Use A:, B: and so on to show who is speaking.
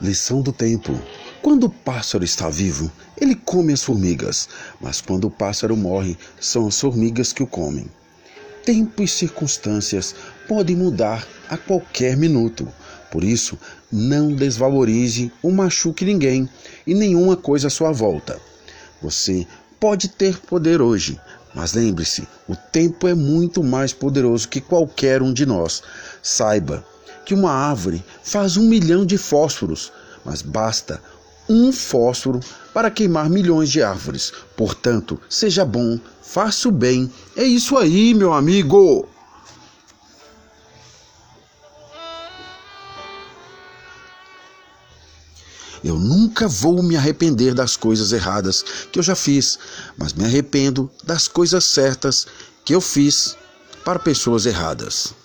A: Lição do tempo. Quando o pássaro está vivo, ele come as formigas, mas quando o pássaro morre, são as formigas que o comem. Tempo e circunstâncias podem mudar a qualquer minuto. Por isso, não desvalorize ou machuque ninguém e nenhuma coisa à sua volta. Você pode ter poder hoje, mas lembre-se, o tempo é muito mais poderoso que qualquer um de nós. Saiba que uma árvore faz 1 milhão de fósforos, mas basta um fósforo para queimar milhões de árvores. Portanto, seja bom, faça o bem. É isso aí, meu amigo! Eu nunca vou me arrepender das coisas erradas que eu já fiz, mas me arrependo das coisas certas que eu fiz para pessoas erradas.